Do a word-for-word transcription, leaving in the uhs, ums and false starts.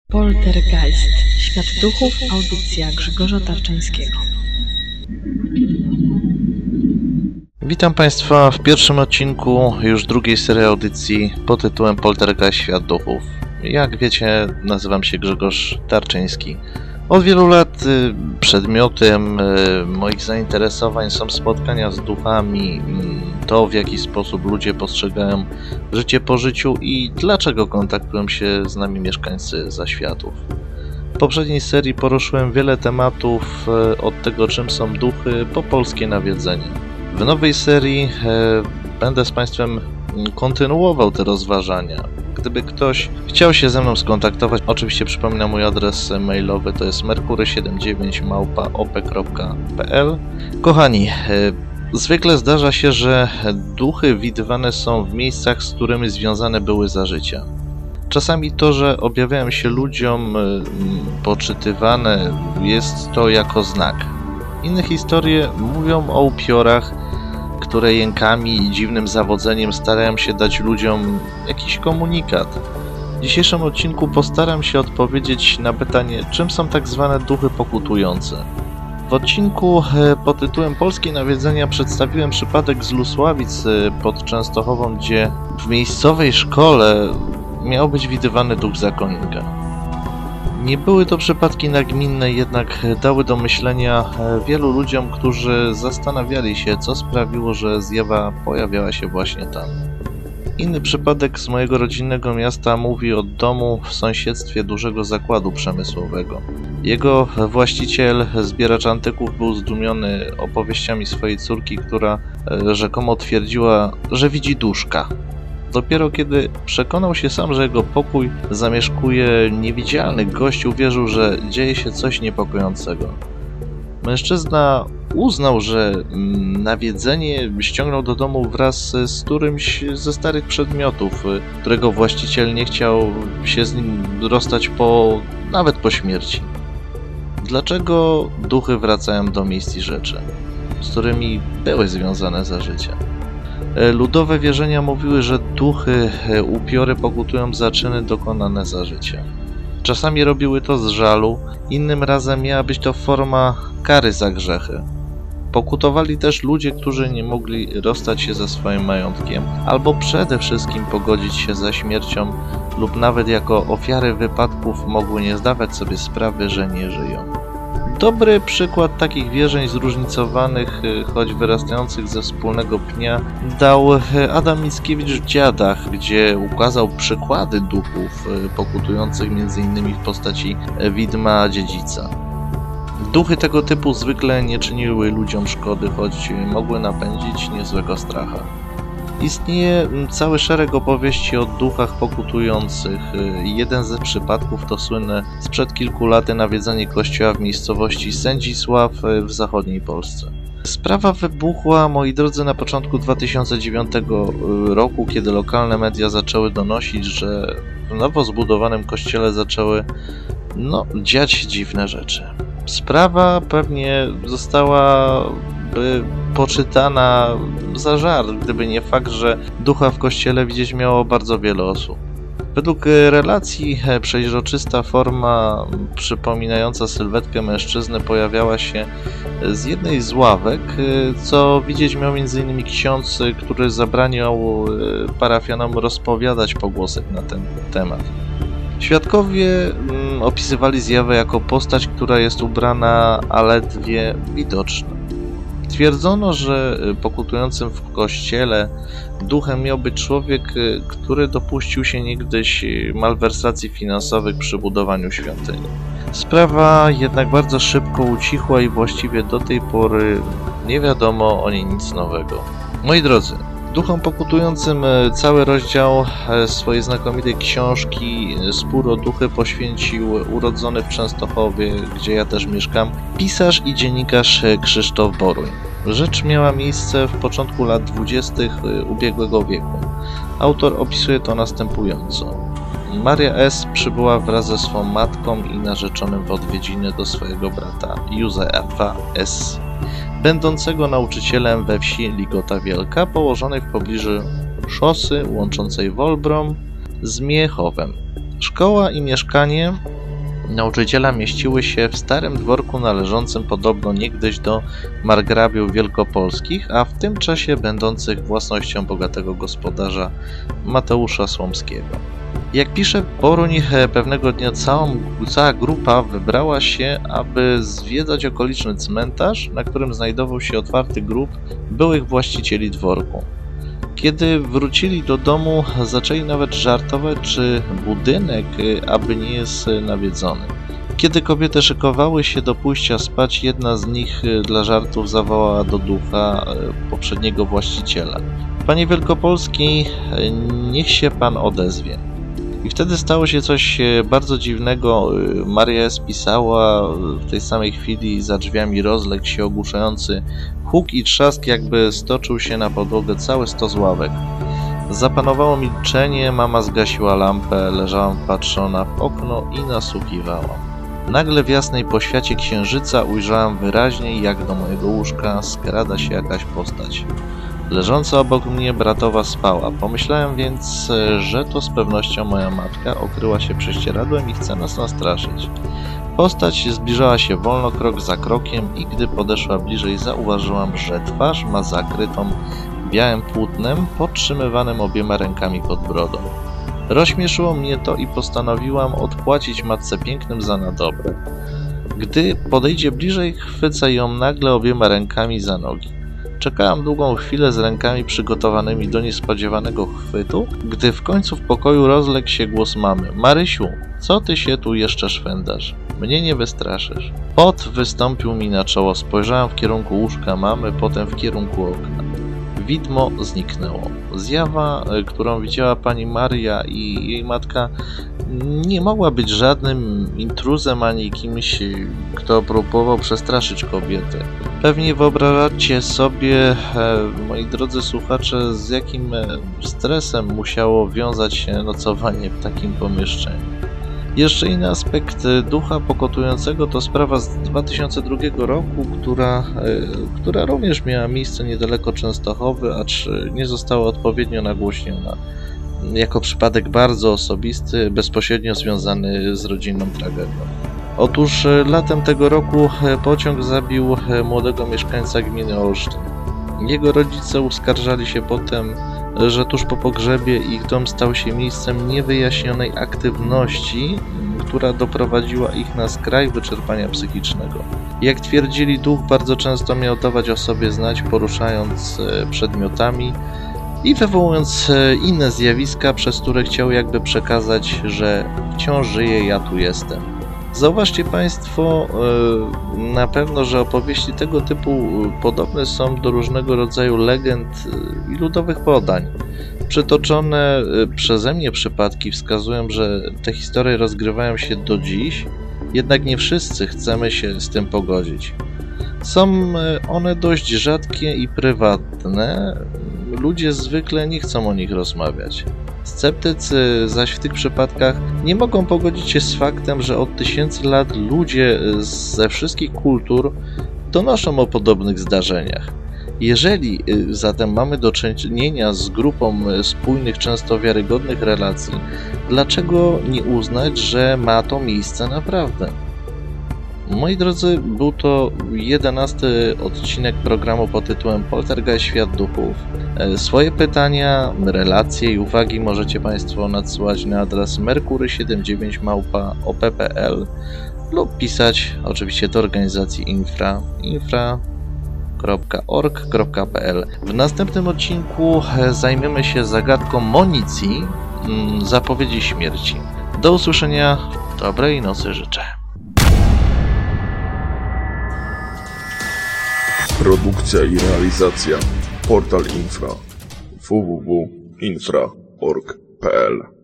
Poltergeist. Świat duchów. Audycja Grzegorza Tarczyńskiego. Witam Państwa w pierwszym odcinku już drugiej serii audycji pod tytułem Poltergeist. Świat duchów. Jak wiecie, nazywam się Grzegorz Tarczyński. Od wielu lat przedmiotem moich zainteresowań są spotkania z duchami, to w jaki sposób ludzie postrzegają życie po życiu i dlaczego kontaktują się z nami mieszkańcy zaświatów. W poprzedniej serii poruszyłem wiele tematów, od tego czym są duchy po polskie nawiedzenie. W nowej serii będę z Państwem kontynuował te rozważania. Gdyby ktoś chciał się ze mną skontaktować, oczywiście przypominam, mój adres mailowy to jest merkury siedemdziesiąt dziewięć małpa o p kropka p l. Kochani, zwykle zdarza się, że duchy widywane są w miejscach, z którymi związane były za życia. Czasami to, że objawiają się ludziom, poczytywane jest to jako znak. Inne historie mówią o upiorach, które jękami i dziwnym zawodzeniem starają się dać ludziom jakiś komunikat. W dzisiejszym odcinku postaram się odpowiedzieć na pytanie, czym są tak zwane duchy pokutujące. W odcinku pod tytułem Polskie nawiedzenia przedstawiłem przypadek z Lusławic pod Częstochową, gdzie w miejscowej szkole miał być widywany duch zakonnika. Nie były to przypadki nagminne, jednak dały do myślenia wielu ludziom, którzy zastanawiali się, co sprawiło, że zjawa pojawiała się właśnie tam. Inny przypadek z mojego rodzinnego miasta mówi o domu w sąsiedztwie dużego zakładu przemysłowego. Jego właściciel, zbieracz antyków, był zdumiony opowieściami swojej córki, która rzekomo twierdziła, że widzi duszka. Dopiero kiedy przekonał się sam, że jego pokój zamieszkuje niewidzialny gość, uwierzył, że dzieje się coś niepokojącego. Mężczyzna uznał, że nawiedzenie ściągnął do domu wraz z którymś ze starych przedmiotów, którego właściciel nie chciał się z nim rozstać po, nawet po śmierci. Dlaczego duchy wracają do miejsc i rzeczy, z którymi były związane za życia? Ludowe wierzenia mówiły, że duchy, upiory pokutują za czyny dokonane za życia. Czasami robiły to z żalu, innym razem miała być to forma kary za grzechy. Pokutowali też ludzie, którzy nie mogli rozstać się ze swoim majątkiem, albo przede wszystkim pogodzić się ze śmiercią, lub nawet jako ofiary wypadków mogły nie zdawać sobie sprawy, że nie żyją. Dobry przykład takich wierzeń zróżnicowanych, choć wyrastających ze wspólnego pnia, dał Adam Mickiewicz w Dziadach, gdzie ukazał przykłady duchów pokutujących między innymi w postaci widma dziedzica. Duchy tego typu zwykle nie czyniły ludziom szkody, choć mogły napędzić niezłego stracha. Istnieje cały szereg opowieści o duchach pokutujących. Jeden ze przypadków to słynne sprzed kilku lat nawiedzenie kościoła w miejscowości Sędzisław w zachodniej Polsce. Sprawa wybuchła, moi drodzy, na początku dwa tysiące dziewiątego roku, kiedy lokalne media zaczęły donosić, że w nowo zbudowanym kościele zaczęły no, dziać się dziwne rzeczy. Sprawa pewnie została by poczytana za żart, gdyby nie fakt, że ducha w kościele widzieć miało bardzo wiele osób. Według relacji przeźroczysta forma przypominająca sylwetkę mężczyzny pojawiała się z jednej z ławek, co widzieć miał między innymi ksiądz, który zabraniał parafianom rozpowiadać pogłosek na ten temat. Świadkowie opisywali zjawę jako postać, która jest ubrana, a ledwie widoczna. Twierdzono, że pokutującym w kościele duchem miał być człowiek, który dopuścił się niegdyś malwersacji finansowych przy budowaniu świątyni. Sprawa jednak bardzo szybko ucichła i właściwie do tej pory nie wiadomo o niej nic nowego. Moi drodzy, duchom pokutującym cały rozdział swojej znakomitej książki Spór o duchy poświęcił urodzony w Częstochowie, gdzie ja też mieszkam, pisarz i dziennikarz Krzysztof Boruń. Rzecz miała miejsce w początku lat dwudziestych ubiegłego wieku. Autor opisuje to następująco. Maria S. przybyła wraz ze swą matką i narzeczonym w odwiedziny do swojego brata Józefa S., będącego nauczycielem we wsi Ligota Wielka, położonej w pobliżu szosy łączącej Wolbrom z Miechowem. Szkoła i mieszkanie nauczyciela mieściły się w starym dworku należącym podobno niegdyś do margrabiów wielkopolskich, a w tym czasie będących własnością bogatego gospodarza Mateusza Słomskiego. Jak pisze Boruń, pewnego dnia całą, cała grupa wybrała się, aby zwiedzać okoliczny cmentarz, na którym znajdował się otwarty grób byłych właścicieli dworku. Kiedy wrócili do domu, zaczęli nawet żartować, czy budynek aby nie jest nawiedzony. Kiedy kobiety szykowały się do pójścia spać, jedna z nich dla żartów zawołała do ducha poprzedniego właściciela: Panie Wielkopolski, niech się pan odezwie. I wtedy stało się coś bardzo dziwnego. Maria spisała, w tej samej chwili za drzwiami rozległ się ogłuszający huk i trzask, jakby stoczył się na podłogę cały stos ławek. Zapanowało milczenie, mama zgasiła lampę, leżałam wpatrzona w okno i nasłuchiwałam. Nagle w jasnej poświacie księżyca ujrzałam wyraźnie, jak do mojego łóżka skrada się jakaś postać. Leżąca obok mnie bratowa spała. Pomyślałem więc, że to z pewnością moja matka okryła się prześcieradłem i chce nas nastraszyć. Postać zbliżała się wolno, krok za krokiem, i gdy podeszła bliżej, zauważyłam, że twarz ma zakrytą białym płótnem, podtrzymywanym obiema rękami pod brodą. Rozśmieszyło mnie to i postanowiłam odpłacić matce pięknym za na dobre. Gdy podejdzie bliżej, chwycę ją nagle obiema rękami za nogi. Czekałam długą chwilę z rękami przygotowanymi do niespodziewanego chwytu, gdy w końcu w pokoju rozległ się głos mamy: Marysiu, co ty się tu jeszcze szwędasz? Mnie nie wystraszysz. Pot wystąpił mi na czoło, spojrzałem w kierunku łóżka mamy, potem w kierunku okna. Widmo zniknęło. Zjawa, którą widziała pani Maria i jej matka, nie mogła być żadnym intruzem ani kimś, kto próbował przestraszyć kobiety. Pewnie wyobrażacie sobie, moi drodzy słuchacze, z jakim stresem musiało wiązać się nocowanie w takim pomieszczeniu. Jeszcze inny aspekt ducha pokotującego to sprawa z dwa tysiące drugiego roku, która, która również miała miejsce niedaleko Częstochowy, acz nie została odpowiednio nagłośniona. Jako przypadek bardzo osobisty, bezpośrednio związany z rodzinną tragedią. Otóż latem tego roku pociąg zabił młodego mieszkańca gminy Olsztyn. Jego rodzice uskarżali się potem, że tuż po pogrzebie ich dom stał się miejscem niewyjaśnionej aktywności, która doprowadziła ich na skraj wyczerpania psychicznego. Jak twierdzili, duch bardzo często miał dawać o sobie znać, poruszając przedmiotami i wywołując inne zjawiska, przez które chciał jakby przekazać, że wciąż żyję, ja tu jestem. Zauważcie Państwo na pewno, że opowieści tego typu podobne są do różnego rodzaju legend i ludowych podań. Przytoczone przeze mnie przypadki wskazują, że te historie rozgrywają się do dziś, jednak nie wszyscy chcemy się z tym pogodzić. Są one dość rzadkie i prywatne, ludzie zwykle nie chcą o nich rozmawiać. Sceptycy zaś w tych przypadkach nie mogą pogodzić się z faktem, że od tysięcy lat ludzie ze wszystkich kultur donoszą o podobnych zdarzeniach. Jeżeli zatem mamy do czynienia z grupą spójnych, często wiarygodnych relacji, dlaczego nie uznać, że ma to miejsce naprawdę? Moi drodzy, był to jedenasty odcinek programu pod tytułem Poltergeist Świat Duchów. Swoje pytania, relacje i uwagi możecie Państwo nadsyłać na adres merkury siedemdziesiąt dziewięć małpa o p kropka p l lub pisać oczywiście do organizacji infra, infra kropka org kropka p l. W następnym odcinku zajmiemy się zagadką Monicji, zapowiedzi śmierci. Do usłyszenia, dobrej nocy życzę. Produkcja i realizacja Portal Infra w w w kropka infra kropka org kropka p l